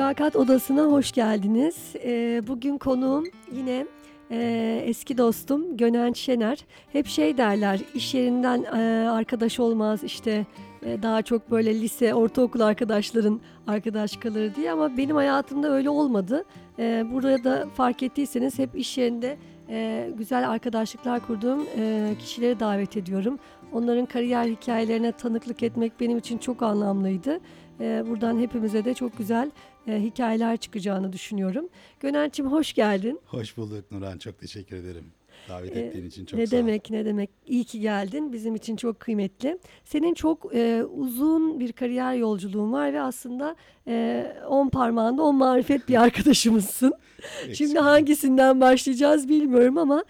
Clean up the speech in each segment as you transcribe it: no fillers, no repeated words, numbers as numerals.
Sadakat Odası'na hoş geldiniz. Bugün konuğum yine eski dostum Gönenç Şener. Hep şey derler, iş yerinden arkadaş olmaz işte daha çok böyle lise, ortaokul arkadaşların arkadaş kalır diye ama benim hayatımda öyle olmadı. Burada fark ettiyseniz hep iş yerinde güzel arkadaşlıklar kurduğum kişileri davet ediyorum. Onların kariyer hikayelerine tanıklık etmek benim için çok anlamlıydı. Buradan hepimize de çok güzel hikayeler çıkacağını düşünüyorum. Gönenç'im hoş geldin. Hoş bulduk Nurhan. Çok teşekkür ederim. Davet ettiğin için çok Ne sağ ol. demek ne demek. İyi ki geldin. Bizim için çok kıymetli. Senin çok uzun bir kariyer yolculuğun var ve aslında 10 parmağında 10 marifet bir arkadaşımızsın. Şimdi hangisinden başlayacağız bilmiyorum ama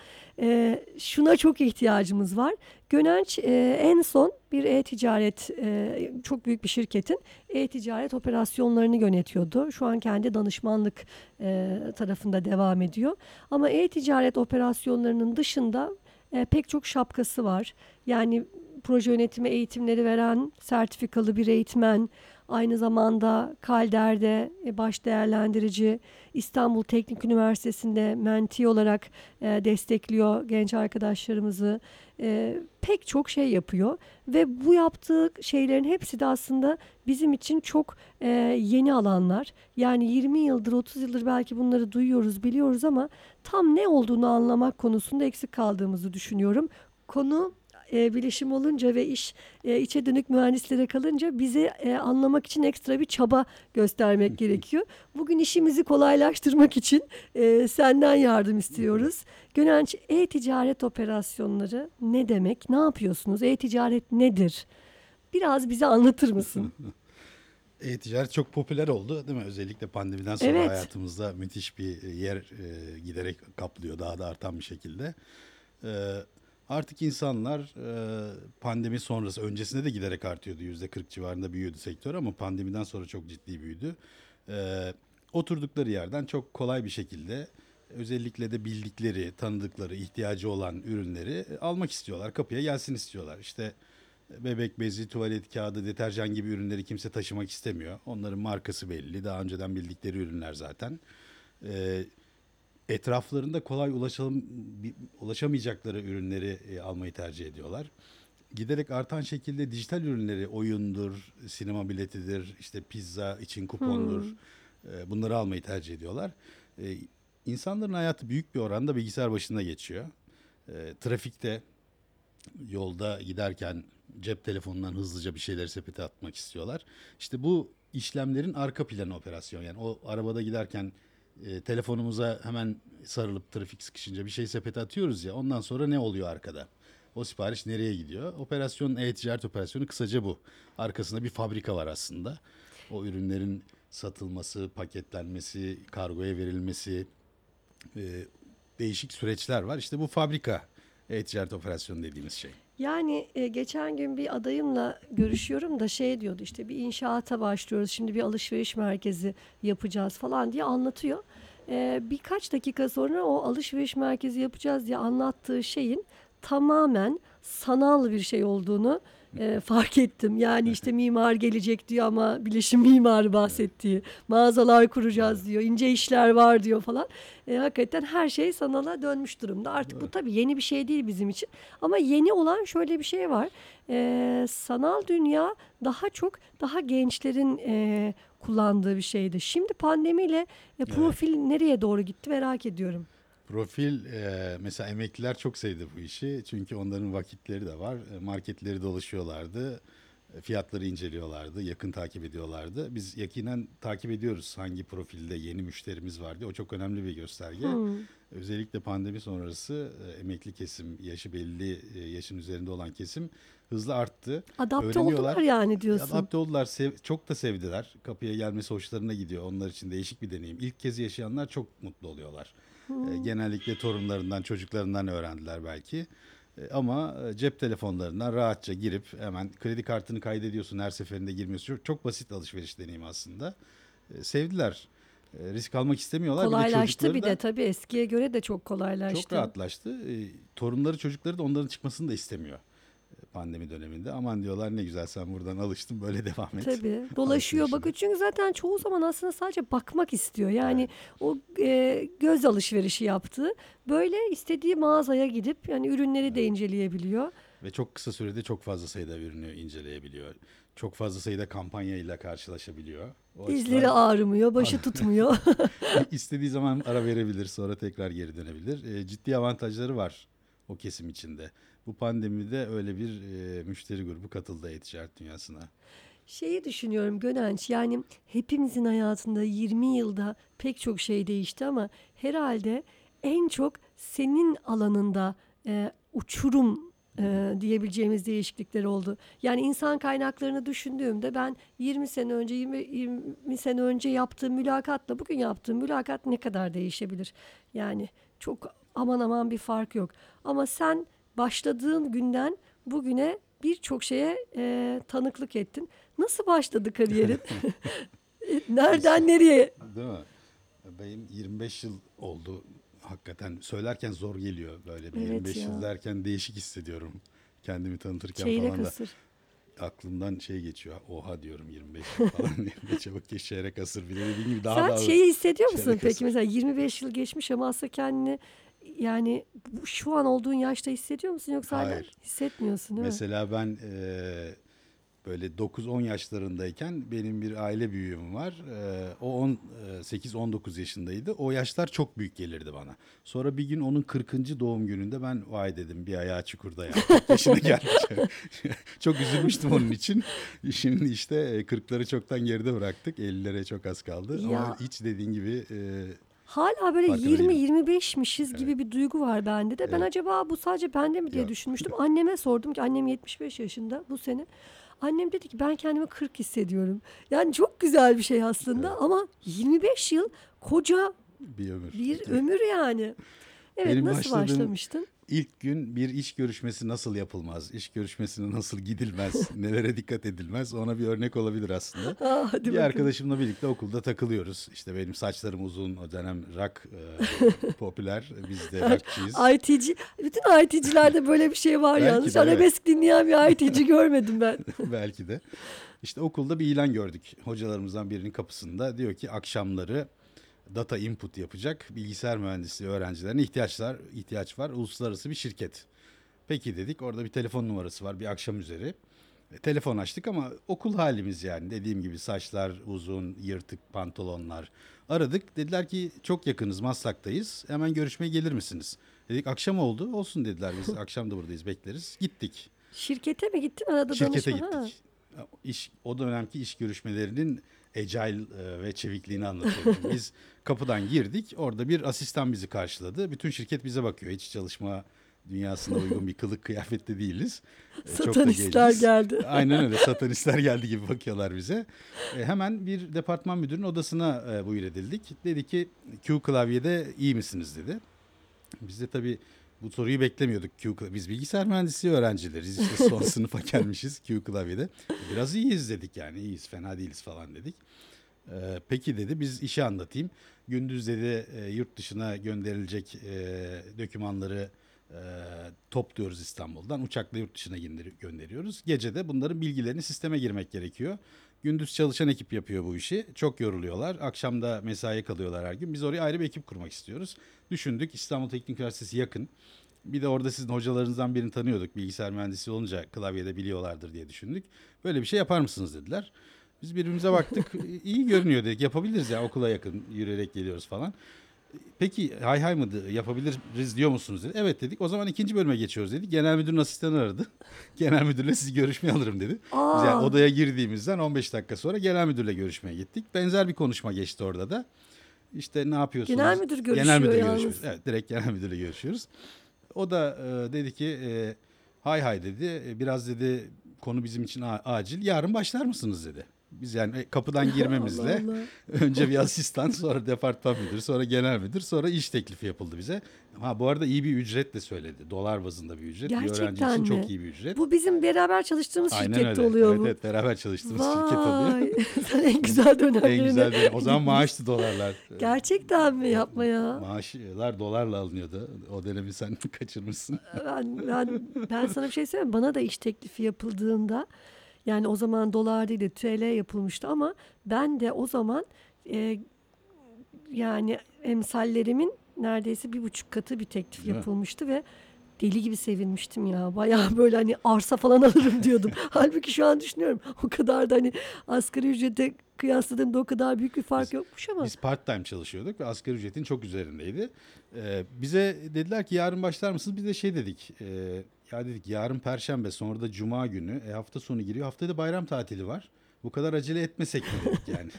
şuna çok ihtiyacımız var. Gönenç en son bir e-ticaret, çok büyük bir şirketin e-ticaret operasyonlarını yönetiyordu. Şu an kendi danışmanlık tarafında devam ediyor. Ama e-ticaret operasyonlarının dışında pek çok şapkası var. Yani proje yönetimi eğitimleri veren sertifikalı bir eğitmen, aynı zamanda Kalder'de baş değerlendirici, İstanbul Teknik Üniversitesi'nde menti olarak destekliyor genç arkadaşlarımızı. Pek çok şey yapıyor ve bu yaptığı şeylerin hepsi de aslında bizim için çok yeni alanlar. Yani 20 yıldır, 30 yıldır belki bunları duyuyoruz, biliyoruz ama tam ne olduğunu anlamak konusunda eksik kaldığımızı düşünüyorum. Konu bilişim olunca ve iş içe dönük mühendislere kalınca bizi anlamak için ekstra bir çaba göstermek gerekiyor. Bugün işimizi kolaylaştırmak için senden yardım istiyoruz. Gönenç, e-ticaret operasyonları ne demek? Ne yapıyorsunuz? E-ticaret nedir? Biraz bize anlatır mısın? E-ticaret çok popüler oldu değil mi? Özellikle pandemiden sonra Evet. hayatımızda müthiş bir yer giderek kaplıyor. Daha da artan bir şekilde. E, Artık insanlar pandemi sonrası, öncesinde de giderek artıyordu. %40 civarında büyüyordu sektör ama pandemiden sonra çok ciddi büyüdü. E, Oturdukları yerden çok kolay bir şekilde özellikle de bildikleri, tanıdıkları, ihtiyacı olan ürünleri almak istiyorlar. Kapıya gelsin istiyorlar. İşte bebek bezi, tuvalet kağıdı, deterjan gibi ürünleri kimse taşımak istemiyor. Onların markası belli. Daha önceden bildikleri ürünler zaten. Ee, Etraflarında kolay ulaşamayacakları ürünleri almayı tercih ediyorlar. Giderek artan şekilde dijital ürünleri, oyundur, sinema biletidir, işte pizza için kupondur, Hmm. bunları almayı tercih ediyorlar. E, İnsanların hayatı büyük bir oranda bilgisayar başında geçiyor. Trafikte, yolda giderken cep telefonundan hızlıca bir şeyleri sepete atmak istiyorlar. İşte bu işlemlerin arka planı operasyon. Yani o arabada giderken telefonumuza hemen sarılıp trafik sıkışınca bir şey sepete atıyoruz ya. Ondan sonra ne oluyor arkada? O sipariş nereye gidiyor? Operasyonun e-ticaret operasyonu kısaca bu. Arkasında bir fabrika var aslında. O ürünlerin satılması, paketlenmesi, kargoya verilmesi, değişik süreçler var. İşte bu fabrika e-ticaret operasyonu dediğimiz şey. Yani geçen gün bir adayımla görüşüyorum da şey diyordu, işte bir inşaata başlıyoruz, şimdi bir alışveriş merkezi yapacağız falan diye anlatıyor. Birkaç dakika sonra o alışveriş merkezi yapacağız diye anlattığı şeyin tamamen sanal bir şey olduğunu fark ettim. Yani işte mimar gelecek diyor ama bilişim mimarı bahsettiği, mağazalar kuracağız diyor, ince işler var diyor falan. Hakikaten her şey sanala dönmüş durumda. Artık bu tabii yeni bir şey değil bizim için. Ama yeni olan şöyle bir şey var. Sanal dünya daha gençlerin kullandığı bir şeydi. Şimdi pandemiyle Evet. profil nereye doğru gitti merak ediyorum. Profil mesela emekliler çok sevdi bu işi. Çünkü onların vakitleri de var. Marketleri dolaşıyorlardı. Fiyatları inceliyorlardı. Yakın takip ediyorlardı. Biz yakinen takip ediyoruz hangi profilde yeni müşterimiz var diye. O çok önemli bir gösterge. Hmm. Özellikle pandemi sonrası emekli kesim, yaşı belli yaşın üzerinde olan kesim hızlı arttı. Adapte oldular Öğreniyorlar. yani diyorsun. Adapte oldular. Çok da sevdiler. Kapıya gelmesi hoşlarına gidiyor. Onlar için değişik bir deneyim. İlk kez yaşayanlar çok mutlu oluyorlar. Genellikle torunlarından, çocuklarından öğrendiler belki. Ama cep telefonlarından rahatça girip hemen kredi kartını kaydediyorsun, her seferinde girmiyorsun. Çok basit alışveriş deneyimi aslında. Sevdiler. Risk almak istemiyorlar. Bir de Kolaylaştı çocukları bir de da tabii, eskiye göre de çok çok kolaylaştı. rahatlaştı. Torunları, çocukları da onların çıkmasını da istemiyor. pandemi döneminde. Aman diyorlar ne güzel sen buradan alıştın böyle devam et. Tabii dolaşıyor Alışverişine. bakıyor çünkü zaten çoğu zaman aslında sadece bakmak istiyor. Yani Evet. o göz alışverişi yaptı. Böyle istediği mağazaya gidip yani ürünleri de inceleyebiliyor. Ve çok kısa sürede çok fazla sayıda ürünü inceleyebiliyor. Çok fazla sayıda kampanyayla karşılaşabiliyor. O Dizleri açıdan ağrımıyor, başı tutmuyor. istediği zaman ara verebilir, sonra tekrar geri dönebilir. Ciddi avantajları var o kesim içinde. Bu pandemide öyle bir müşteri grubu katıldı e-ticaret dünyasına. Şeyi düşünüyorum Gönenç, yani hepimizin hayatında 20 yılda pek çok şey değişti ama herhalde en çok senin alanında uçurum diyebileceğimiz değişiklikler oldu. Yani insan kaynaklarını düşündüğümde ben 20 sene önce 20 sene önce yaptığım mülakatla bugün yaptığım mülakat ne kadar değişebilir? Yani çok aman aman bir fark yok. Ama sen başladığın günden bugüne birçok şeye tanıklık ettin. Nasıl başladı kariyerin? Nereden nereye? Değil mi? Benim 25 yıl oldu. Hakikaten söylerken zor geliyor böyle. Bir Evet 25 yıl ya. derken değişik hissediyorum. Kendimi tanıtırken Çeyrek falan da asır. aklımdan şey geçiyor. Oha diyorum 25 yıl falan. Ne çabuk geç çeyrek asır bile dediğin gibi daha Sen da şeyi hissediyor musun çeyrek peki? asır. Mesela 25 yıl geçmiş ama aslında kendini yani şu an olduğun yaşta hissediyor musun? Yoksa hala Hayır. hissetmiyorsun değil mi? Mesela ben böyle 9-10 yaşlarındayken benim bir aile büyüğüm var. O 18-19 yaşındaydı. O yaşlar çok büyük gelirdi bana. Sonra bir gün onun 40. doğum gününde ben vay dedim bir ayağı çukurda ya. 40 yaşına gelmiş. Çok üzülmüştüm onun için. Şimdi işte 40'ları çoktan geride bıraktık. 50'lere çok az kaldı. Ama Ya hiç dediğin gibi hala böyle farkında değilim. 20-25'mişiz gibi bir duygu var bende de. Ben Evet. acaba bu sadece bende mi diye Yok. düşünmüştüm. Anneme sordum ki annem 75 yaşında bu sene. Annem dedi ki ben kendimi 40 hissediyorum. Yani çok güzel bir şey aslında ama 25 yıl koca Bir ömür. bir ömür yani. Evet, Benim nasıl başladığım başlamıştın? ilk gün bir iş görüşmesi nasıl yapılmaz, iş görüşmesine nasıl gidilmez, nelere dikkat edilmez ona bir örnek olabilir aslında. Hadi Bir bakalım. arkadaşımla birlikte okulda takılıyoruz. İşte benim saçlarım uzun, o dönem rock popüler, biz de rockçıyız. ITC, bütün IT'cilerde böyle bir şey var Belki yalnız. de, evet. Arabesk dinleyen bir IT'ci görmedim ben. Belki de. İşte okulda bir ilan gördük. Hocalarımızdan birinin kapısında diyor ki akşamları data input yapacak bilgisayar mühendisliği öğrencilerine ihtiyaç var. Uluslararası bir şirket. Peki dedik. Orada bir telefon numarası var bir akşam üzeri. Telefon açtık ama okul halimiz yani. Dediğim gibi saçlar uzun, yırtık pantolonlar. Aradık. Dediler ki çok yakınız Maslak'tayız. Hemen görüşmeye gelir misiniz? Dedik akşam oldu. Olsun dediler. Biz akşam da buradayız bekleriz. Gittik. Şirkete mi gittin? Arada Şirkete danışma. Ha. gittik. O dönemki iş görüşmelerinin agile ve çevikliğini anlatıyorum. Biz kapıdan girdik. Orada bir asistan bizi karşıladı. Bütün şirket bize bakıyor. Hiç çalışma dünyasına uygun bir kılık kıyafette değiliz. Çok da Satanistler genciz. geldi. Aynen öyle. Satanistler geldi gibi bakıyorlar bize. Hemen bir departman müdürünün odasına buyur edildik. Dedi ki Q klavyede iyi misiniz dedi. Biz de tabii bu soruyu beklemiyorduk. Biz bilgisayar mühendisliği öğrencileriz. İşte son sınıfa gelmişiz Q klavyede. Biraz iyiyiz dedik yani. İyiyiz, fena değiliz falan dedik. Peki dedi biz işi anlatayım. Gündüz dedi yurt dışına gönderilecek dokümanları topluyoruz İstanbul'dan. Uçakla yurt dışına gönderiyoruz. Gece de bunların bilgilerini sisteme girmek gerekiyor. Gündüz çalışan ekip yapıyor bu işi. Çok yoruluyorlar. Akşam da mesai kalıyorlar her gün. Biz oraya ayrı bir ekip kurmak istiyoruz. Düşündük. İstanbul Teknik Üniversitesi yakın. Bir de orada sizin hocalarınızdan birini tanıyorduk. Bilgisayar mühendisi olunca klavyede biliyorlardır diye düşündük. Böyle bir şey yapar mısınız dediler. Biz birbirimize baktık. İyi görünüyor dedik. Yapabiliriz ya okula yakın. Yürüyerek geliyoruz falan. Peki hay hay mı yapabiliriz diyor musunuz dedi. Evet dedik. O zaman ikinci bölüme geçiyoruz dedi. Genel müdürün asistanı aradı. Genel müdürle sizi görüşmeye alırım dedi. Biz yani Aa, odaya girdiğimizden 15 dakika sonra genel müdürle görüşmeye gittik. Benzer bir konuşma geçti orada da. İşte ne yapıyorsunuz? genel müdür görüşüyor Genel müdür yalnız. görüşüyoruz. Evet direkt genel müdürle görüşüyoruz. O da dedi ki hay hay dedi. Biraz dedi konu bizim için acil. Yarın başlar mısınız dedi. Biz yani kapıdan girmemizle Allah Allah. önce bir asistan, sonra departman müdürü, sonra genel müdür, sonra iş teklifi yapıldı bize. Ha bu arada iyi bir ücret de söyledi. Dolar bazında bir ücret. Bir öğrenci Gerçekten için mi? çok iyi bir ücret. Bu bizim beraber çalıştığımız Aynen şirkette öyle. oluyor Evet bu. evet, beraber çalıştığımız şirket oluyor. Vay. Sen en güzel En dönemlerini güzel dönem. O zaman maaştı dolarlar. Gerçekten mi? Yapma ya. Maaşlar dolarla alınıyordu. O dönemi sen kaçırmışsın. Ben sana bir şey söyleyeyim mi? Bana da iş teklifi yapıldığında yani o zaman dolar değil de TL yapılmıştı ama ben de o zaman e, yani emsallerimin neredeyse 1,5 katı bir teklif Değil mi? yapılmıştı ve deli gibi sevinmiştim ya. Bayağı böyle hani arsa falan alırım diyordum. Halbuki şu an düşünüyorum o kadar da hani asgari ücrete kıyasladığımda o kadar büyük bir fark yokmuş ama. Biz part-time çalışıyorduk ve asgari ücretin çok üzerindeydi. Bize dediler ki yarın başlar mısınız? Biz de şey dedik. Ya dedik yarın Perşembe, sonra da Cuma günü. Hafta sonu giriyor. Haftaya da bayram tatili var. Bu kadar acele etmesek mi dedik yani.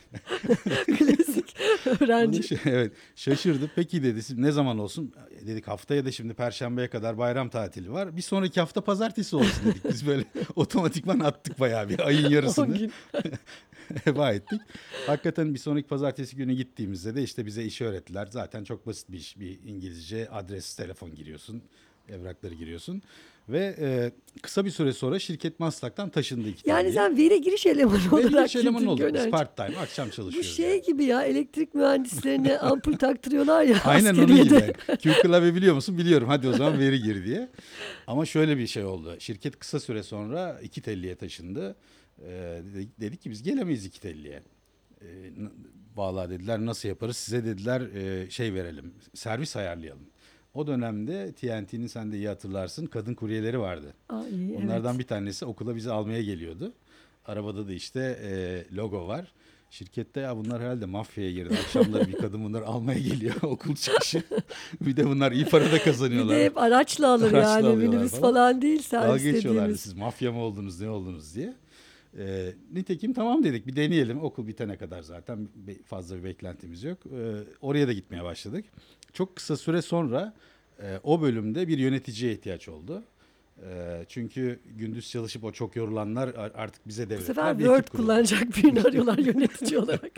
Klasik öğrenci. Evet, şaşırdı. Peki dedi, "Siz ne zaman olsun?" Dedik haftaya da şimdi Perşembe'ye kadar bayram tatili var. Bir sonraki hafta pazartesi olsun dedik. Biz böyle otomatikman attık bayağı bir ayın 10 yarısını. gün. Heba ettik. Hakikaten bir sonraki pazartesi günü gittiğimizde de işte bize işi öğrettiler. Zaten çok basit bir iş. Bir İngilizce adres, telefon giriyorsun. Evrakları giriyorsun. Ve kısa bir süre sonra şirket Maslak'tan taşındı iki Yani tane. sen veri giriş elemanı Ve olarak iş elemanı girdin olduk. Biz Gönenç. part time akşam Bu çalışıyoruz. şey yani. gibi ya elektrik mühendislerine ampul taktırıyorlar ya Aynen onun gibi. askeriyede. Yani. Q klavye biliyor musun? Biliyorum. Hadi o zaman veri gir diye. Ama şöyle bir şey oldu. Şirket kısa süre sonra İkitelli'ye taşındı. Dedik ki biz gelemeyiz İkitelli'ye. E, n- Vallahi dediler nasıl yaparız? Size dediler şey verelim. Servis ayarlayalım. O dönemde TNT'nin, sen de iyi hatırlarsın, kadın kuryeleri vardı. Ay, Onlardan evet. bir tanesi okula bizi almaya geliyordu. Arabada da işte logo var. Şirkette ya bunlar herhalde mafyaya girdi. Akşamları bir kadın bunları almaya geliyor okul çıkışı. Bir de bunlar iyi para da Bir kazanıyorlar. de hep araçla alır Araçla yani alıyorlar minibüs falan. falan değil Dalga servis geçiyorlardı, dediğimiz. siz mafya mı oldunuz, ne oldunuz diye. Nitekim tamam dedik, bir deneyelim. Okul bitene kadar zaten fazla bir beklentimiz yok. Oraya da gitmeye başladık. Çok kısa süre sonra o bölümde bir yöneticiye ihtiyaç oldu. Çünkü gündüz çalışıp o çok yorulanlar artık bize Bu devrettiler. sefer Bir Word ekip kuruldu. kullanacak birini arıyorlar yönetici olarak.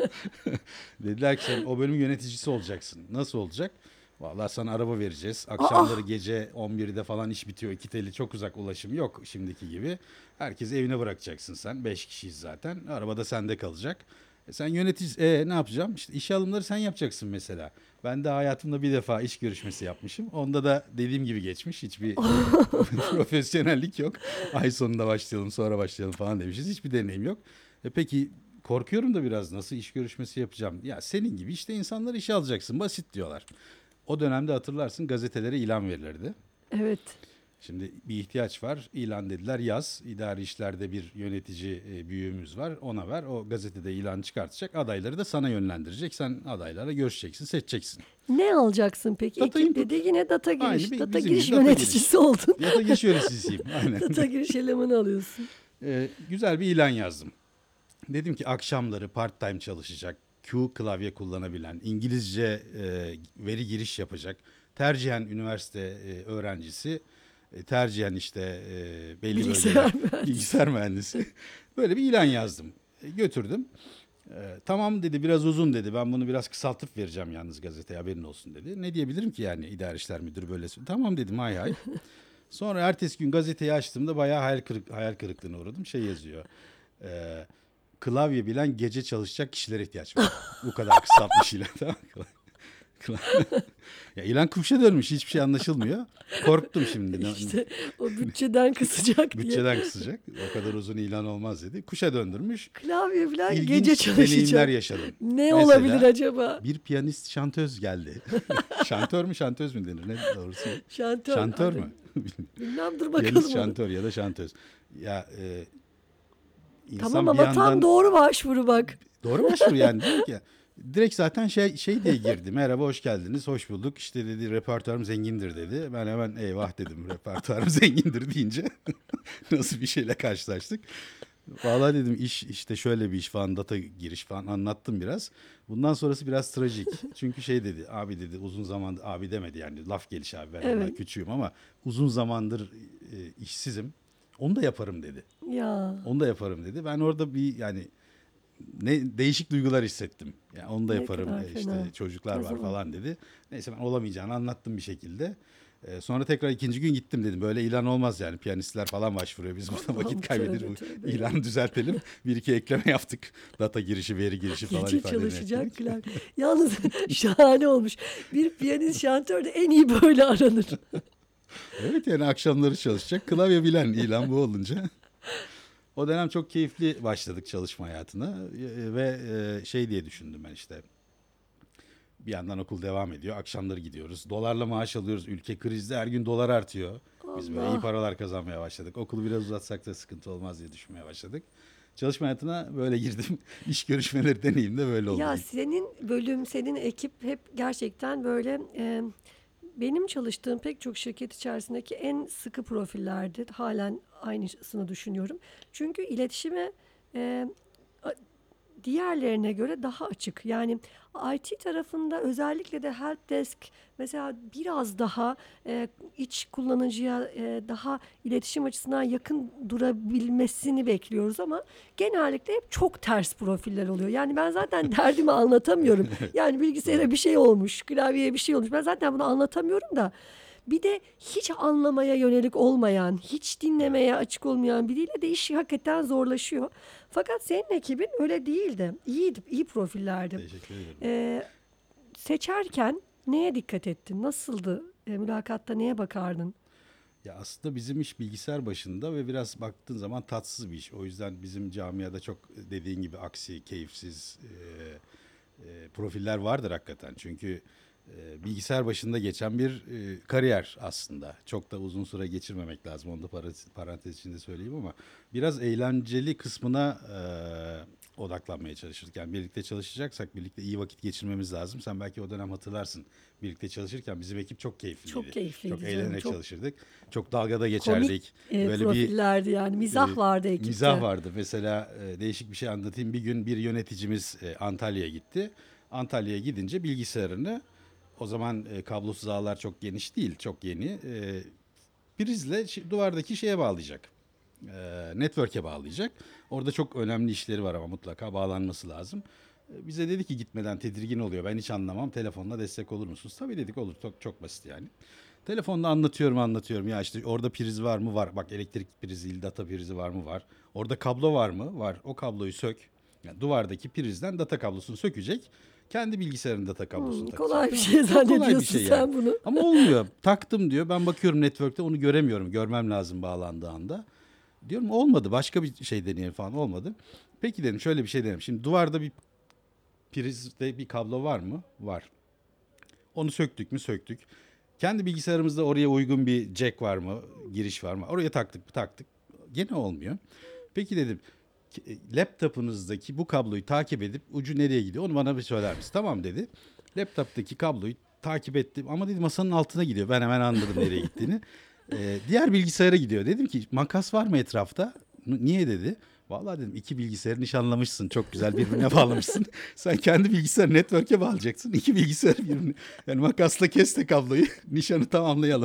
Dediler ki sen o bölüm yöneticisi olacaksın. Nasıl olacak? Vallahi sana araba vereceğiz. Aa! Akşamları gece 11'de falan iş bitiyor. İkiteli çok uzak, ulaşım yok şimdiki gibi. Herkesi evine bırakacaksın sen. 5 kişiyiz zaten. Arabada sende kalacak. Sen yönetici, ne yapacağım? İşte işe alımları sen yapacaksın mesela. Ben de hayatımda bir defa iş görüşmesi yapmışım. Onda da dediğim gibi geçmiş. Hiçbir profesyonellik yok. Ay sonunda başlayalım, sonra başlayalım falan demişiz. Hiçbir deneyim yok. Peki korkuyorum da biraz, nasıl iş görüşmesi yapacağım? Ya senin gibi işte insanları işe alacaksın. Basit diyorlar. O dönemde hatırlarsın gazetelere ilan verilirdi. Evet. Şimdi bir ihtiyaç var. İlan dediler, yaz. İdari işlerde bir yönetici büyüğümüz var. Ona ver. O gazetede ilan çıkartacak. Adayları da sana yönlendirecek. Sen adaylarla görüşeceksin, seçeceksin. Ne alacaksın peki? Data Ekip input. dedi yine data Aynı giriş. Data bizim giriş gibi data yöneticisi oldun. Data giriş yöneticisiyim. Aynen. Data giriş elemanı alıyorsun. Güzel bir ilan yazdım. Dedim ki akşamları part time çalışacak, Q klavye kullanabilen, İngilizce veri giriş yapacak, tercihen üniversite öğrencisi, tercihen işte belli Bilgisayar bölgeler mühendisi. bilgisayar mühendisi. Böyle bir ilan yazdım. Götürdüm. Tamam dedi, biraz uzun dedi. Ben bunu biraz kısaltıp vereceğim yalnız gazeteye, haberin olsun dedi. Ne diyebilirim ki yani, idare işler müdürü böyle. Tamam dedim, hay hay. Sonra ertesi gün gazeteyi açtığımda bayağı hayal kırıklığına uğradım. Şey yazıyor. E, Klavye bilen gece çalışacak kişilere ihtiyaç var. Bu kadar kısaltmış ilan. Tamam mı? Ya ilan kuşa dönmüş, hiçbir şey anlaşılmıyor. Korktum şimdi. İşte o bütçeden kısacak diye. Bütçeden kısacak. O kadar uzun ilan olmaz dedi. Kuşa döndürmüş. Klavye falan İlginç gece deneyimler çalışacak. yaşadım. Ne Mesela, olabilir acaba? bir piyanist şantöz geldi. Şantör mü şantöz mü denir? Ne doğrusu? Şantör. Şantör Hadi. mü? Bilmem dur bakalım. Piyanist onu. şantör ya da şantöz. Ya insan Tamam bir ama yandan tam doğru başvuru bak. doğru başvuru yani, diyor ki direkt zaten şey diye girdi. Merhaba, hoş geldiniz, hoş bulduk. İşte dedi repertuarım zengindir dedi. Ben hemen eyvah dedim, repertuarım zengindir deyince nasıl bir şeyle karşılaştık. Vallahi dedim iş işte şöyle bir iş falan, data giriş falan anlattım biraz. Bundan sonrası biraz trajik. Çünkü şey dedi, abi dedi uzun zamandır, abi demedi yani laf gelişi, abi ben ondan Evet. küçüğüm ama uzun zamandır işsizim. Onu da yaparım dedi. Ya. Onu da yaparım dedi. Ben orada bir yani değişik duygular hissettim. Yani onu da Ne yaparım. kadar İşte fena. çocuklar O var zaman. falan dedi. Neyse ben olamayacağını anlattım bir şekilde. Sonra tekrar ikinci gün gittim dedim. Böyle ilan olmaz yani. Piyanistler falan başvuruyor. Biz burada Allah'ım vakit kaybedir. tövbe Bu tövbe ya. ilanı düzeltelim. Bir iki ekleme yaptık. Data girişi, veri girişi falan Gece ifadelerini çalışacak ekledik. klavye. Yalnız şahane olmuş. Bir piyanist şantör de en iyi böyle aranır. Evet yani akşamları çalışacak. Klavye bilen ilan bu olunca. O dönem çok keyifli başladık çalışma hayatına. Ve şey diye düşündüm ben işte. Bir yandan okul devam ediyor. Akşamları gidiyoruz. Dolarla maaş alıyoruz. Ülke krizde her gün dolar artıyor. Biz böyle iyi Allah. paralar kazanmaya başladık. Okulu biraz uzatsak da sıkıntı olmaz diye düşünmeye başladık. Çalışma hayatına böyle girdim. İş görüşmeleri deneyim de böyle oldu. Ya senin bölüm, senin ekip hep gerçekten böyle benim çalıştığım pek çok şirket içerisindeki en sıkı profillerdi. Halen aynısını düşünüyorum. Çünkü iletişime e, diğerlerine göre daha açık. Yani IT tarafında özellikle de helpdesk mesela biraz daha iç kullanıcıya daha iletişim açısından yakın durabilmesini bekliyoruz ama genellikle hep çok ters profiller oluyor. Yani ben zaten derdimi anlatamıyorum. Yani bilgisayara bir şey olmuş, klavyeye bir şey olmuş. Ben zaten bunu anlatamıyorum da bir de hiç anlamaya yönelik olmayan, hiç dinlemeye açık olmayan biriyle de iş hakikaten zorlaşıyor. Fakat senin ekibin öyle değildi. İyiydi, iyi profillerdi. Teşekkür ederim. Ee, Seçerken neye dikkat ettin? Nasıldı? Mülakatta neye bakardın? Ya aslında bizim iş bilgisayar başında ve biraz baktığın zaman tatsız bir iş. O yüzden bizim camiada çok dediğin gibi aksi, keyifsiz profiller vardır hakikaten. Çünkü bilgisayar başında geçen bir kariyer aslında. Çok da uzun süre geçirmemek lazım. Onu da parantez içinde söyleyeyim ama biraz eğlenceli kısmına odaklanmaya çalışırdık. Yani birlikte çalışacaksak birlikte iyi vakit geçirmemiz lazım. Sen belki o dönem hatırlarsın. Birlikte çalışırken bizim ekip çok keyifliydi. Çok keyifliydi Çok canım. eğlenerek Çok çalışırdık. Çok dalgada komik geçerdik. Böyle bir profillerdi yani. Mizah vardı mizah ekipte. vardı. Mesela değişik bir şey anlatayım. Bir gün bir yöneticimiz Antalya'ya gitti. Antalya'ya gidince bilgisayarını o zaman kablosuz ağlar çok geniş değil, çok yeni. Prizle duvardaki şeye bağlayacak. Network'e bağlayacak. Orada çok önemli işleri var ama mutlaka bağlanması lazım. Bize dedi ki gitmeden tedirgin oluyor. Ben hiç anlamam. Telefonla destek olur musunuz? Tabii dedik olur. Çok, çok basit yani. Telefonda anlatıyorum. Ya işte orada priz var mı? Var. Bak elektrik prizi, data prizi var mı? Var. Orada kablo var mı? Var. O kabloyu sök. Yani duvardaki prizden data kablosunu sökecek. Kendi bilgisayarın data kablosunu takacak. Kolay bir şey Çok kolay bir zannediyorsun şey sen yani. bunu. Ama olmuyor. Taktım diyor. Ben bakıyorum network'te onu göremiyorum. Görmem lazım bağlandığı anda. Diyorum olmadı. Başka bir şey deneyelim falan olmadı. Peki dedim şöyle bir şey deneyelim. Şimdi duvarda bir prizde bir kablo var mı? Var. Onu söktük mü? Söktük. Kendi bilgisayarımızda oraya uygun bir jack var mı? Giriş var mı? Oraya taktık mı? Taktık. Gene olmuyor. Peki dedim laptopunuzdaki bu kabloyu takip edip ucu nereye gidiyor? Onu bana bir söyler misin? Tamam dedi. Laptoptaki kabloyu takip ettim ama dedi masanın altına gidiyor. Ben hemen anladım nereye gittiğini. Diğer bilgisayara gidiyor. Dedim ki makas var mı etrafta? Niye dedi. Vallahi dedim iki bilgisayarı nişanlamışsın. Çok güzel birbirine bağlamışsın. Sen kendi bilgisayar network'e bağlayacaksın. İki bilgisayar birbirine. Yani makasla kes de kabloyu. Nişanı tamamlayalım.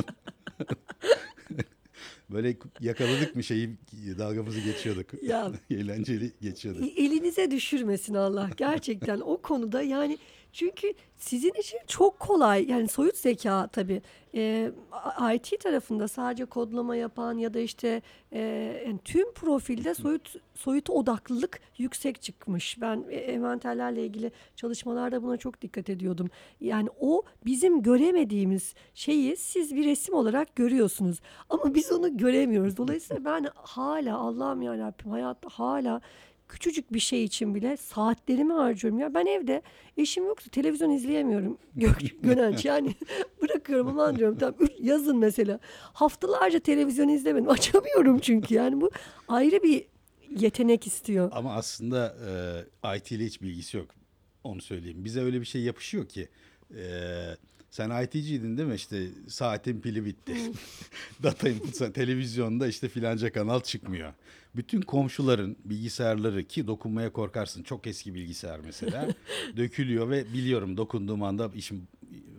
Böyle yakaladık mı şeyi dalgamızı geçiyorduk. Ya Eğlenceli geçiyorduk. elinize düşürmesin Allah gerçekten o konuda yani çünkü sizin için çok kolay yani soyut zeka tabii IT tarafında sadece kodlama yapan ya da işte yani tüm profilde soyut odaklılık yüksek çıkmış. Ben envanterlerle ilgili çalışmalarda buna çok dikkat ediyordum. Yani o bizim göremediğimiz şeyi siz bir resim olarak görüyorsunuz ama biz onu göremiyoruz. Dolayısıyla ben hala Allah'ım yarabbim hayatta hala küçücük bir şey için bile saatlerimi harcıyorum. Ya ben evde eşim yoksa televizyon izleyemiyorum. Gönenç yani bırakıyorum aman diyorum. Tamam, yazın mesela haftalarca televizyon izlemedim. Açamıyorum çünkü yani bu ayrı bir yetenek istiyor. Ama aslında IT ile hiç bilgisi yok. Onu söyleyeyim. Bize öyle bir şey yapışıyor ki. Sen IT'ciydin değil mi? İşte saatin pili bitti. Data input, televizyonda işte filanca kanal çıkmıyor. Bütün komşuların bilgisayarları ki dokunmaya korkarsın. Çok eski bilgisayar mesela. Dökülüyor ve biliyorum dokunduğum anda işim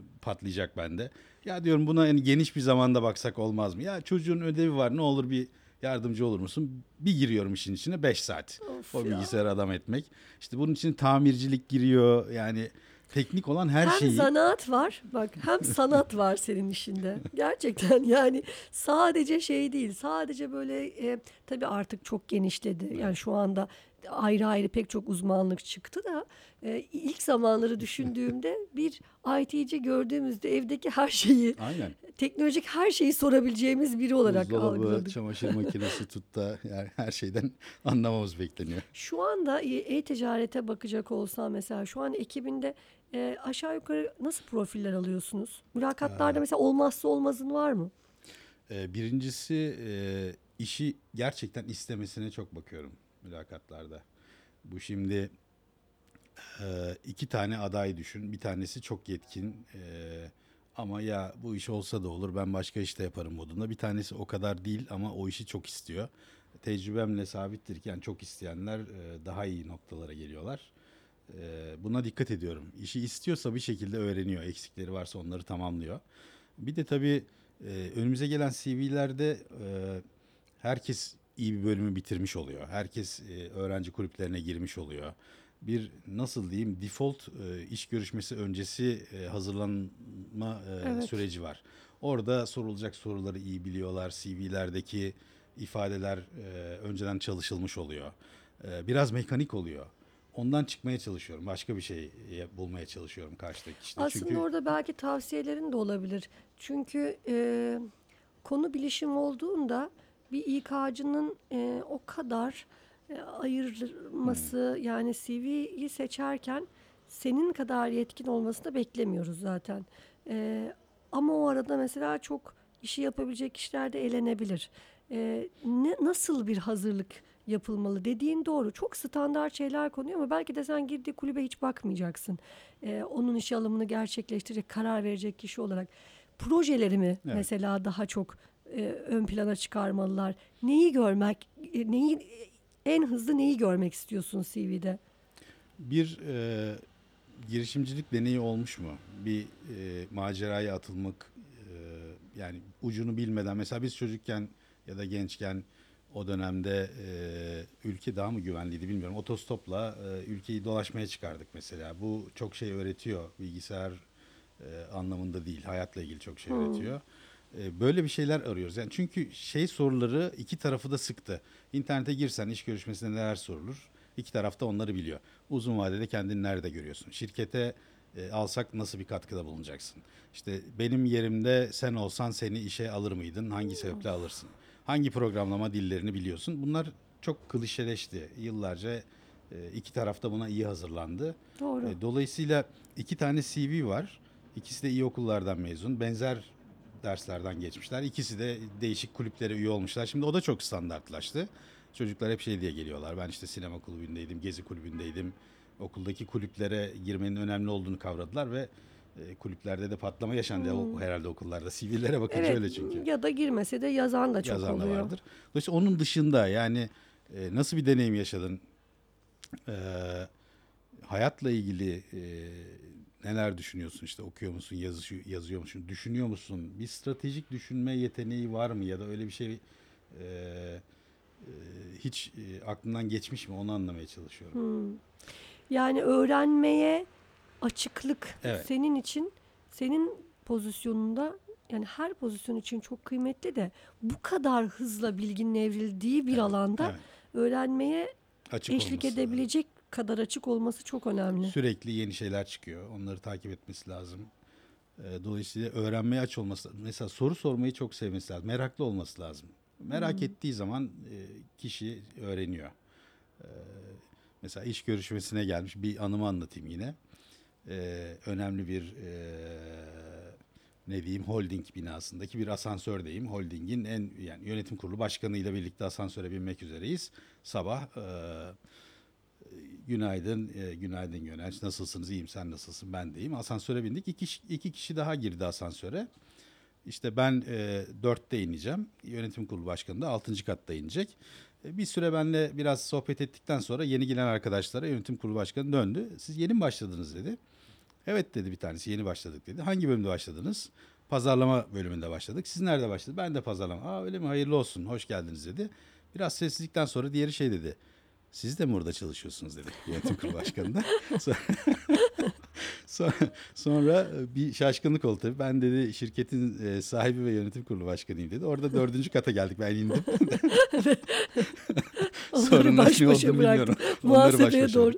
patlayacak bende. Ya diyorum buna yani geniş bir zamanda baksak olmaz mı? Ya çocuğun ödevi var ne olur bir yardımcı olur musun? Bir giriyorum işin içine 5 saat. Of O ya. bilgisayarı adam etmek. İşte bunun için tamircilik giriyor. Yani teknik olan her Hem şeyi. zanaat var bak, hem sanat var senin işinde. Gerçekten yani sadece şey değil, sadece böyle tabii artık çok genişledi. Yani şu anda ayrı ayrı pek çok uzmanlık çıktı da ilk zamanları düşündüğümde bir IT'ci gördüğümüzde evdeki her şeyi, Aynen. teknolojik her şeyi sorabileceğimiz biri olarak Buzdolabı, algıladık. çamaşır makinesi tut da yani her şeyden anlamamız bekleniyor. Şu anda e-ticarete bakacak olsam mesela şu an ekibinde aşağı yukarı nasıl profiller alıyorsunuz? Mülakatlarda mesela olmazsa olmazın var mı? Birincisi işi gerçekten istemesine çok bakıyorum mülakatlarda. Bu şimdi iki tane aday düşün. Bir tanesi çok yetkin ama ya bu iş olsa da olur ben başka işte yaparım modunda. Bir tanesi o kadar değil ama o işi çok istiyor. Tecrübemle sabittir ki yani çok isteyenler daha iyi noktalara geliyorlar. Buna dikkat ediyorum. İşi istiyorsa bir şekilde öğreniyor. Eksikleri varsa onları tamamlıyor. Bir de tabii önümüze gelen CV'lerde herkes iyi bir bölümü bitirmiş oluyor. Herkes öğrenci kulüplerine girmiş oluyor. Bir nasıl diyeyim default iş görüşmesi öncesi hazırlanma Evet. süreci var. Orada sorulacak soruları iyi biliyorlar. CV'lerdeki ifadeler önceden çalışılmış oluyor. Biraz mekanik oluyor. Ondan çıkmaya çalışıyorum. Başka bir şey bulmaya çalışıyorum karşıdaki kişide. Aslında Çünkü orada belki tavsiyelerin de olabilir. Çünkü konu bilişim olduğunda bir İK'cının o kadar ayırması, yani CV'yi seçerken senin kadar yetkin olmasını da beklemiyoruz zaten. Ama o arada mesela çok işi yapabilecek kişiler de elenebilir. Nasıl bir hazırlık yapılmalı dediğin doğru. Çok standart şeyler konuyor ama belki de sen girdiği kulübe hiç bakmayacaksın. Onun işe alımını gerçekleştirecek, karar verecek kişi olarak. Projelerimi evet. mesela daha çok ön plana çıkarmalılar. Neyi görmek, en hızlı neyi görmek istiyorsun CV'de? Bir girişimcilik deneyi olmuş mu? Bir maceraya atılmak yani ucunu bilmeden mesela biz çocukken ya da gençken o dönemde ülke daha mı güvenliydi bilmiyorum. Otostopla ülkeyi dolaşmaya çıkardık mesela. Bu çok şey öğretiyor. Bilgisayar anlamında değil, hayatla ilgili çok şey öğretiyor. Böyle bir şeyler arıyoruz. Yani çünkü şey soruları iki tarafı da sıktı. İnternete girsen iş görüşmesinde neler sorulur? İki taraf da onları biliyor. Uzun vadede kendini nerede görüyorsun? Şirkete alsak nasıl bir katkıda bulunacaksın? İşte benim yerimde sen olsan seni işe alır mıydın? Hangi sebeple alırsın? Hangi programlama dillerini biliyorsun? Bunlar çok klişeleşti. Yıllarca iki taraf da buna iyi hazırlandı. Doğru. Dolayısıyla iki tane CV var. İkisi de iyi okullardan mezun. Benzer derslerden geçmişler. İkisi de değişik kulüplere üye olmuşlar. Şimdi o da çok standartlaştı. Çocuklar hep şey diye geliyorlar. Ben işte sinema kulübündeydim, gezi kulübündeydim. Okuldaki kulüplere girmenin önemli olduğunu kavradılar ve kulüplerde de patlama yaşandı herhalde okullarda. CV'lere bakınca Evet, öyle çünkü. ya da girmese de yazan da çok Yazan da oluyor. vardır. Dolayısıyla onun dışında yani nasıl bir deneyim yaşadın? E, hayatla ilgili neler düşünüyorsun? İşte okuyor musun, yazıyor musun, düşünüyor musun? Bir stratejik düşünme yeteneği var mı ya da öyle bir şey e, hiç aklından geçmiş mi? Onu anlamaya çalışıyorum. Yani öğrenmeye açıklık Evet, senin için, senin pozisyonunda, yani her pozisyon için çok kıymetli de bu kadar hızla bilginin evrildiği bir evet, alanda evet. öğrenmeye Açık eşlik olması lazım. edebilecek kadar açık olması çok önemli. Sürekli yeni şeyler çıkıyor. Onları takip etmesi lazım. Dolayısıyla öğrenmeye aç olması lazım. Mesela soru sormayı çok sevmesi lazım. Meraklı olması lazım. Merak ettiği zaman kişi öğreniyor. E, mesela iş görüşmesine gelmiş. Bir anımı anlatayım yine. Önemli bir ne diyeyim holding binasındaki bir asansördeyim. Holdingin en yani yönetim kurulu başkanıyla birlikte asansöre binmek üzereyiz. Sabah günaydın, günaydın Gönenç. Nasılsınız? İyiyim. Sen nasılsın? Ben de iyiyim. Asansöre bindik. İki kişi daha girdi asansöre. İşte ben 4'te ineceğim. Yönetim kurulu başkanı da 6. katta inecek. Bir süre benle biraz sohbet ettikten sonra yeni gelen arkadaşlara yönetim kurulu başkanı döndü. Siz yeni mi başladınız dedi. Evet dedi bir tanesi, yeni başladık dedi. Hangi bölümde başladınız? Pazarlama bölümünde başladık. Siz nerede başladınız? Ben de pazarlama. Aa öyle mi? Hayırlı olsun. Hoş geldiniz dedi. Biraz sessizlikten sonra diğeri şey dedi. Siz de mi orada çalışıyorsunuz dedi yönetim kurulu başkanı da. Sonra, sonra, sonra bir şaşkınlık oldu tabii. Ben dedi şirketin sahibi ve yönetim kurulu başkanıyım dedi. Orada 4. kata geldik, ben indim. Sonra Onları nasıl baş başa oldu bıraktım. bilmiyorum. Onları baş Muhasebeye başa doğru.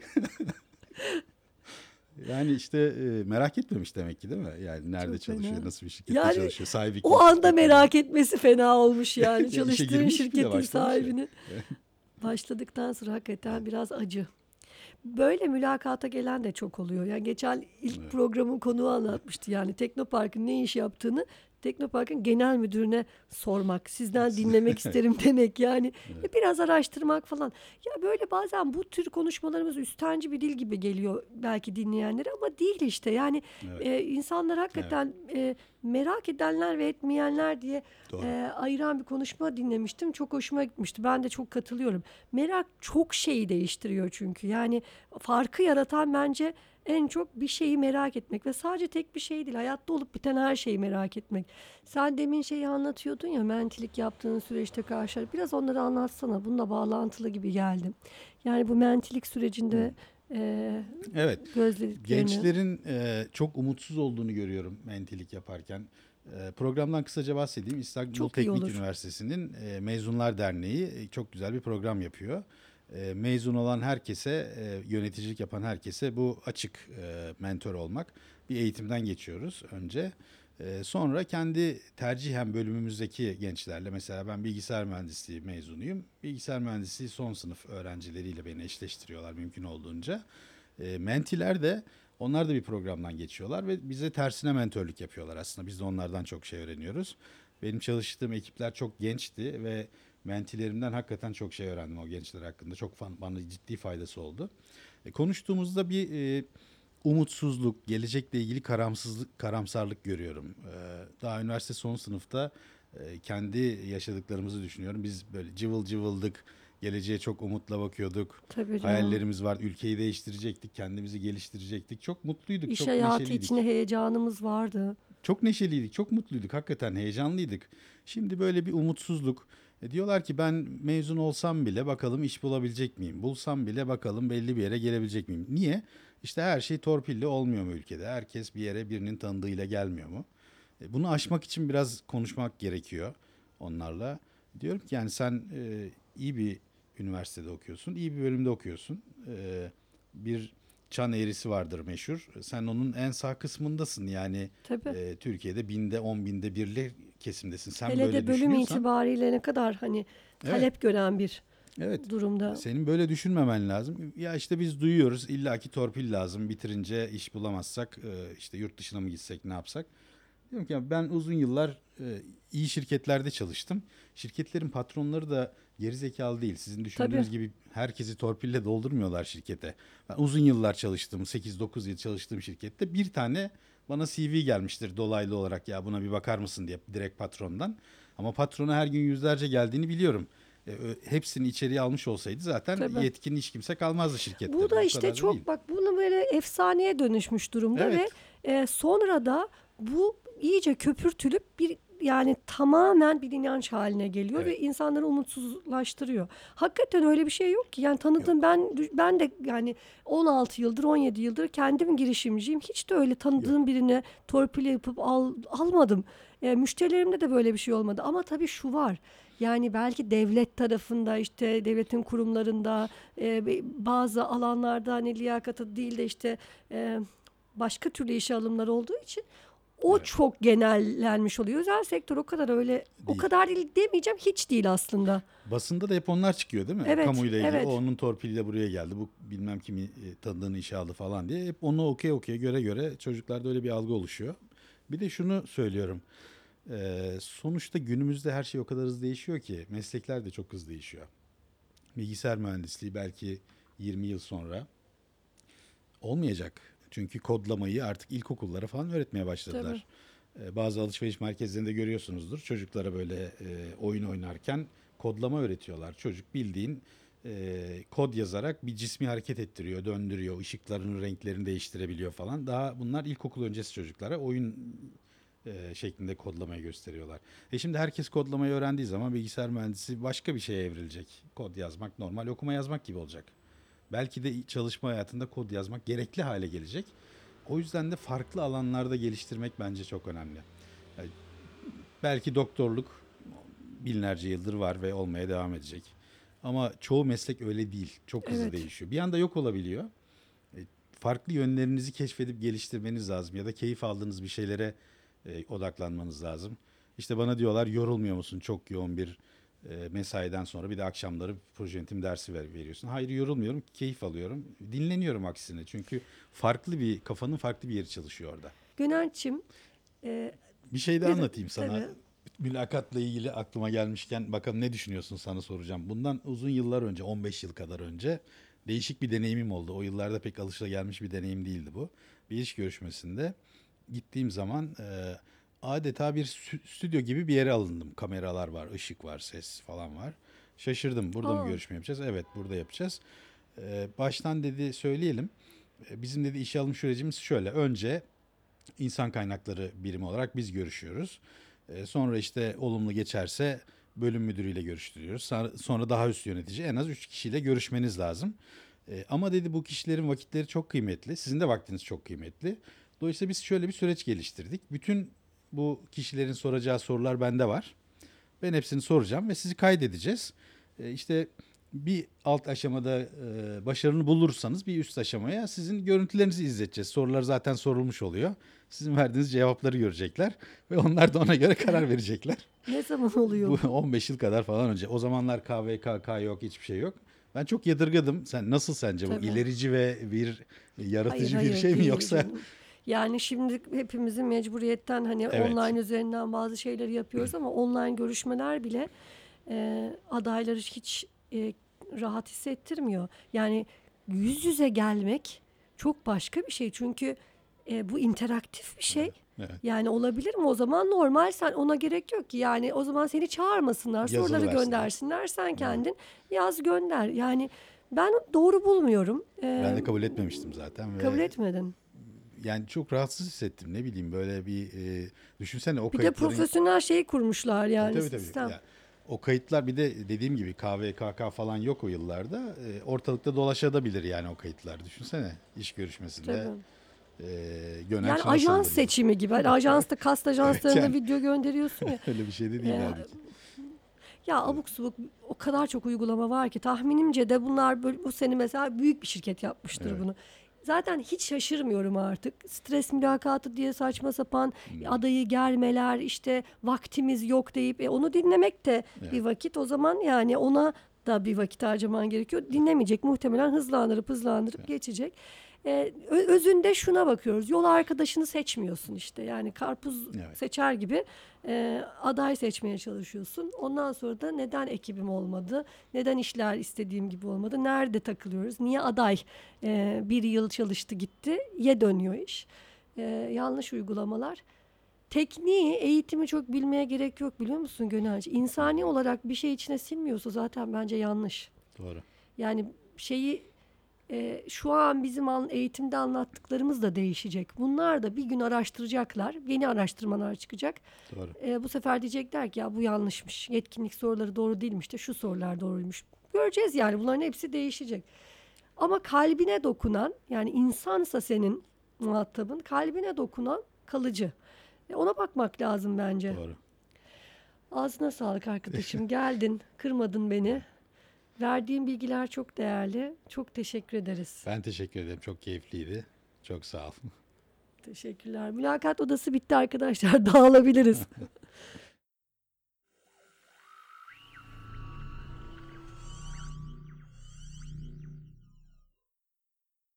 Yani işte merak etmemiş demek ki, değil mi? Yani nerede Çok çalışıyor, fena. nasıl bir şirkette Yani çalışıyor, sahibi kim? o anda şirketin? merak etmesi fena olmuş yani. İşe Çalıştığın girmiş bile, şirketin başlamış ya. sahibini. Başladıktan sonra hakikaten biraz acı. Böyle mülakata gelen de çok oluyor. Yani geçen ilk programın konuğu anlatmıştı. Yani Teknopark'ın ne iş yaptığını Teknopark'ın genel müdürüne sormak, sizden dinlemek isterim demek. Yani biraz araştırmak falan. Ya böyle bazen bu tür konuşmalarımız üstenci bir dil gibi geliyor belki dinleyenlere ama değil işte. Yani Evet. insanlar hakikaten merak edenler ve etmeyenler diye Doğru. ayıran bir konuşma dinlemiştim. Çok hoşuma gitmişti. Ben de çok katılıyorum. Merak çok şeyi değiştiriyor çünkü. Yani farkı yaratan bence en çok bir şeyi merak etmek ve sadece tek bir şey değil. Hayatta olup biten her şeyi merak etmek. Sen demin şeyi anlatıyordun ya, mentilik yaptığın süreçte karşı. Biraz onları anlatsana. Bununla bağlantılı gibi geldi. Yani bu mentilik sürecinde Evet. gözlediklerini. Gençlerin çok umutsuz olduğunu görüyorum mentilik yaparken. Programdan kısaca bahsedeyim. İstanbul Çok iyi Teknik olur. Üniversitesi'nin Mezunlar Derneği çok güzel bir program yapıyor. Mezun olan herkese, yöneticilik yapan herkese bu açık, mentor olmak. Bir eğitimden geçiyoruz önce. Sonra kendi tercihen bölümümüzdeki gençlerle, mesela ben bilgisayar mühendisliği mezunuyum. Bilgisayar mühendisliği son sınıf öğrencileriyle beni eşleştiriyorlar mümkün olduğunca. Mentiler de, onlar da bir programdan geçiyorlar ve bize tersine mentörlük yapıyorlar aslında. Biz de onlardan çok şey öğreniyoruz. Benim çalıştığım ekipler çok gençti ve mentilerimden hakikaten çok şey öğrendim o gençler hakkında. Çok bana ciddi faydası oldu. Konuştuğumuzda bir umutsuzluk, gelecekle ilgili karamsarlık görüyorum. Daha üniversite son sınıfta kendi yaşadıklarımızı düşünüyorum. Biz böyle cıvıl cıvıldık, geleceğe çok umutla bakıyorduk. Tabii canım. Hayallerimiz var, ülkeyi değiştirecektik, kendimizi geliştirecektik. Çok mutluyduk, İş çok hayatı neşeliydik. içinde heyecanımız vardı. Çok neşeliydik, çok mutluyduk, hakikaten heyecanlıydık. Şimdi böyle bir umutsuzluk. Diyorlar ki ben mezun olsam bile bakalım iş bulabilecek miyim? Bulsam bile bakalım belli bir yere gelebilecek miyim? Niye? İşte her şey torpille olmuyor mu ülkede? Herkes bir yere birinin tanıdığıyla gelmiyor mu? Bunu aşmak için biraz konuşmak gerekiyor onlarla. Diyorum ki yani sen iyi bir üniversitede okuyorsun, iyi bir bölümde okuyorsun. Bir çan eğrisi vardır meşhur. Sen onun en sağ kısmındasın yani. Tabii. Türkiye'de binde 10 binde birli kesimdesin. Sen Hele böyle de bölüm düşünüyorsan, itibariyle ne kadar hani evet, talep gören bir evet, durumda. senin böyle düşünmemen lazım. Ya işte biz duyuyoruz illaki torpil lazım, bitirince iş bulamazsak işte yurt dışına mı gitsek, ne yapsak? Diyorum ki ya ben uzun yıllar iyi şirketlerde çalıştım. Şirketlerin patronları da gerizekalı değil. Sizin düşündüğünüz Tabii. gibi herkesi torpille doldurmuyorlar şirkete. Ben uzun yıllar çalıştım, 8-9 yıl çalıştığım şirkette bir tane bana CV gelmiştir dolaylı olarak, ya buna bir bakar mısın diye, direkt patrondan. Ama patrona her gün yüzlerce geldiğini biliyorum. Hepsini içeriye almış olsaydı zaten Tabii. yetkin hiç kimse kalmazdı şirkette. Bu da Bu işte kadar da değil. çok bak bunu böyle efsaneye dönüşmüş durumda ve Evet. sonra da bu iyice köpürtülüp bir yani tamamen bir inanç haline geliyor ve Evet. insanları umutsuzlaştırıyor. Hakikaten öyle bir şey yok ki. Yani tanıdığım ben de yani 16 yıldır 17 yıldır kendim girişimciyim. Hiç de öyle tanıdığım birine torpil yapıp almadım. Müşterilerimde de böyle bir şey olmadı. Ama tabii şu var. Yani belki devlet tarafında işte devletin kurumlarında bazı alanlarda hani liyakata değil de işte başka türlü işe alımlar olduğu için o Evet. çok genellenmiş oluyor. Özel sektör o kadar öyle o Değil. kadar değil demeyeceğim, hiç değil aslında. Basında da hep onlar çıkıyor değil mi? Evet, Kamuyla ilgili. evet. O onun torpiliyle buraya geldi. Bu bilmem kimi tanıdığını işe aldı falan diye. Hep onu okuya göre göre çocuklarda öyle bir algı oluşuyor. Bir de şunu söylüyorum. Sonuçta günümüzde her şey o kadar hızlı değişiyor ki meslekler de çok hızlı değişiyor. Bilgisayar mühendisliği belki 20 yıl sonra olmayacak. Çünkü kodlamayı artık ilkokullara falan öğretmeye başladılar. Bazı alışveriş merkezlerinde görüyorsunuzdur. Çocuklara böyle oyun oynarken kodlama öğretiyorlar. Çocuk bildiğin kod yazarak bir cismi hareket ettiriyor, döndürüyor, ışıkların renklerini değiştirebiliyor falan. Daha bunlar ilkokul öncesi çocuklara oyun şeklinde kodlamayı gösteriyorlar. Şimdi herkes kodlamayı öğrendiği zaman bilgisayar mühendisi başka bir şeye evrilecek. Kod yazmak normal okuma yazmak gibi olacak. Belki de çalışma hayatında kod yazmak gerekli hale gelecek. O yüzden de farklı alanlarda geliştirmek bence çok önemli. Yani belki doktorluk binlerce yıldır var ve olmaya devam edecek. Ama çoğu meslek öyle değil. Çok hızlı Evet. değişiyor. Bir anda yok olabiliyor. Farklı yönlerinizi keşfedip geliştirmeniz lazım ya da keyif aldığınız bir şeylere odaklanmanız lazım. İşte bana diyorlar yorulmuyor musun çok yoğun bir mesaiden sonra bir de akşamları proje yönetim dersi veriyorsun. Hayır yorulmuyorum, keyif alıyorum. Dinleniyorum aksine. Çünkü farklı bir kafanın farklı bir yeri çalışıyor orada. Gönenç'im, e, Bir şey de bir- anlatayım sana. tabii. Mülakatla ilgili aklıma gelmişken bakalım ne düşünüyorsun sana soracağım. Bundan uzun yıllar önce 15 yıl kadar önce değişik bir deneyimim oldu. O yıllarda pek alışılagelmiş bir deneyim değildi bu. Bir iş görüşmesinde gittiğim zaman adeta bir stüdyo gibi bir yere alındım. Kameralar var, ışık var, ses falan var. Şaşırdım. Burada mı Aa. görüşme yapacağız? Evet, burada yapacağız. Baştan dedi söyleyelim. Bizim dedi işe alım sürecimiz şöyle. Önce İnsan kaynakları birimi olarak biz görüşüyoruz. Sonra işte olumlu geçerse bölüm müdürüyle görüştürüyoruz. Sonra daha üst yönetici en az 3 kişiyle görüşmeniz lazım. Ama dedi bu kişilerin vakitleri çok kıymetli. Sizin de vaktiniz çok kıymetli. Dolayısıyla biz şöyle bir süreç geliştirdik. Bütün bu kişilerin soracağı sorular bende var. Ben hepsini soracağım ve sizi kaydedeceğiz. İşte bir alt aşamada başarını bulursanız bir üst aşamaya sizin görüntülerinizi izleteceğiz. Sorular zaten sorulmuş oluyor. Sizin verdiğiniz cevapları görecekler ve onlar da ona göre karar verecekler. Ne zaman oluyor? Bu 15 yıl kadar falan önce. O zamanlar KVKK yok, hiçbir şey yok. Ben çok yadırgadım. Sen nasıl sence bu Tabii. ilerici ve bir yaratıcı Hayır, bir şey mi değil yoksa? canım. Yani şimdi hepimizin mecburiyetten hani Evet. online üzerinden bazı şeyleri yapıyoruz ama online görüşmeler bile adayları hiç rahat hissettirmiyor. Yani yüz yüze gelmek çok başka bir şey. Çünkü bu interaktif bir şey. Evet. Yani olabilir mi? O zaman normal, sen ona gerek yok ki. Yani o zaman seni çağırmasınlar, Yazılı soruları versinler. göndersinler. Sen kendin yaz gönder. Yani ben doğru bulmuyorum. Ben de kabul etmemiştim zaten. Kabul etmedin. Yani çok rahatsız hissettim. Ne bileyim böyle bir düşünsene o Bir de kayıtların... profesyonel şey kurmuşlar yani Tabii. sistem. Ya, o kayıtlar bir de dediğim gibi KVKK falan yok o yıllarda. Ortalıkta dolaşabilir yani o kayıtlar. Düşünsene iş görüşmesinde. Tabii. Gönenç Yani nasıl ajans alındı? seçimi gibi. Hani ajansta, kast ajanslarında yani. video gönderiyorsun ya. Öyle bir şey de değil Ee, yani. Ya abuk subuk o kadar çok uygulama var ki tahminimce de bunlar böyle, bu sene mesela büyük bir şirket yapmıştır Evet. bunu. Zaten hiç şaşırmıyorum artık. Stres mülakatı diye saçma sapan adayı germeler, işte vaktimiz yok deyip onu dinlemek de Evet. bir vakit. O zaman yani ona da bir vakit harcaman gerekiyor. Dinlemeyecek, muhtemelen hızlandırıp geçecek. Özünde şuna bakıyoruz. Yol arkadaşını seçmiyorsun işte. Yani karpuz Evet. seçer gibi aday seçmeye çalışıyorsun. Ondan sonra da neden ekibim olmadı? Neden işler istediğim gibi olmadı? Nerede takılıyoruz? Niye aday bir yıl çalıştı gitti? Ye dönüyor iş. Yanlış uygulamalar. Tekniği, eğitimi çok bilmeye gerek yok, biliyor musun Gönenç? İnsani olarak bir şey içine sinmiyorsa zaten bence yanlış. Doğru. Yani şeyi şu an bizim eğitimde anlattıklarımız da değişecek. Bunlar da bir gün araştıracaklar. Yeni araştırmalar çıkacak. Doğru. Bu sefer diyecekler ki ya bu yanlışmış. Yetkinlik soruları doğru değilmiş de şu sorular doğruymuş. Göreceğiz yani, bunların hepsi değişecek. Ama kalbine dokunan, yani insansa senin muhatabın, kalbine dokunan kalıcı. Ona bakmak lazım bence. Doğru. Ağzına sağlık arkadaşım. Geldin, kırmadın beni. Verdiğin bilgiler çok değerli. Çok teşekkür ederiz. Ben teşekkür ederim. Çok keyifliydi. Çok sağ ol. Teşekkürler. Mülakat odası bitti arkadaşlar. Dağılabiliriz.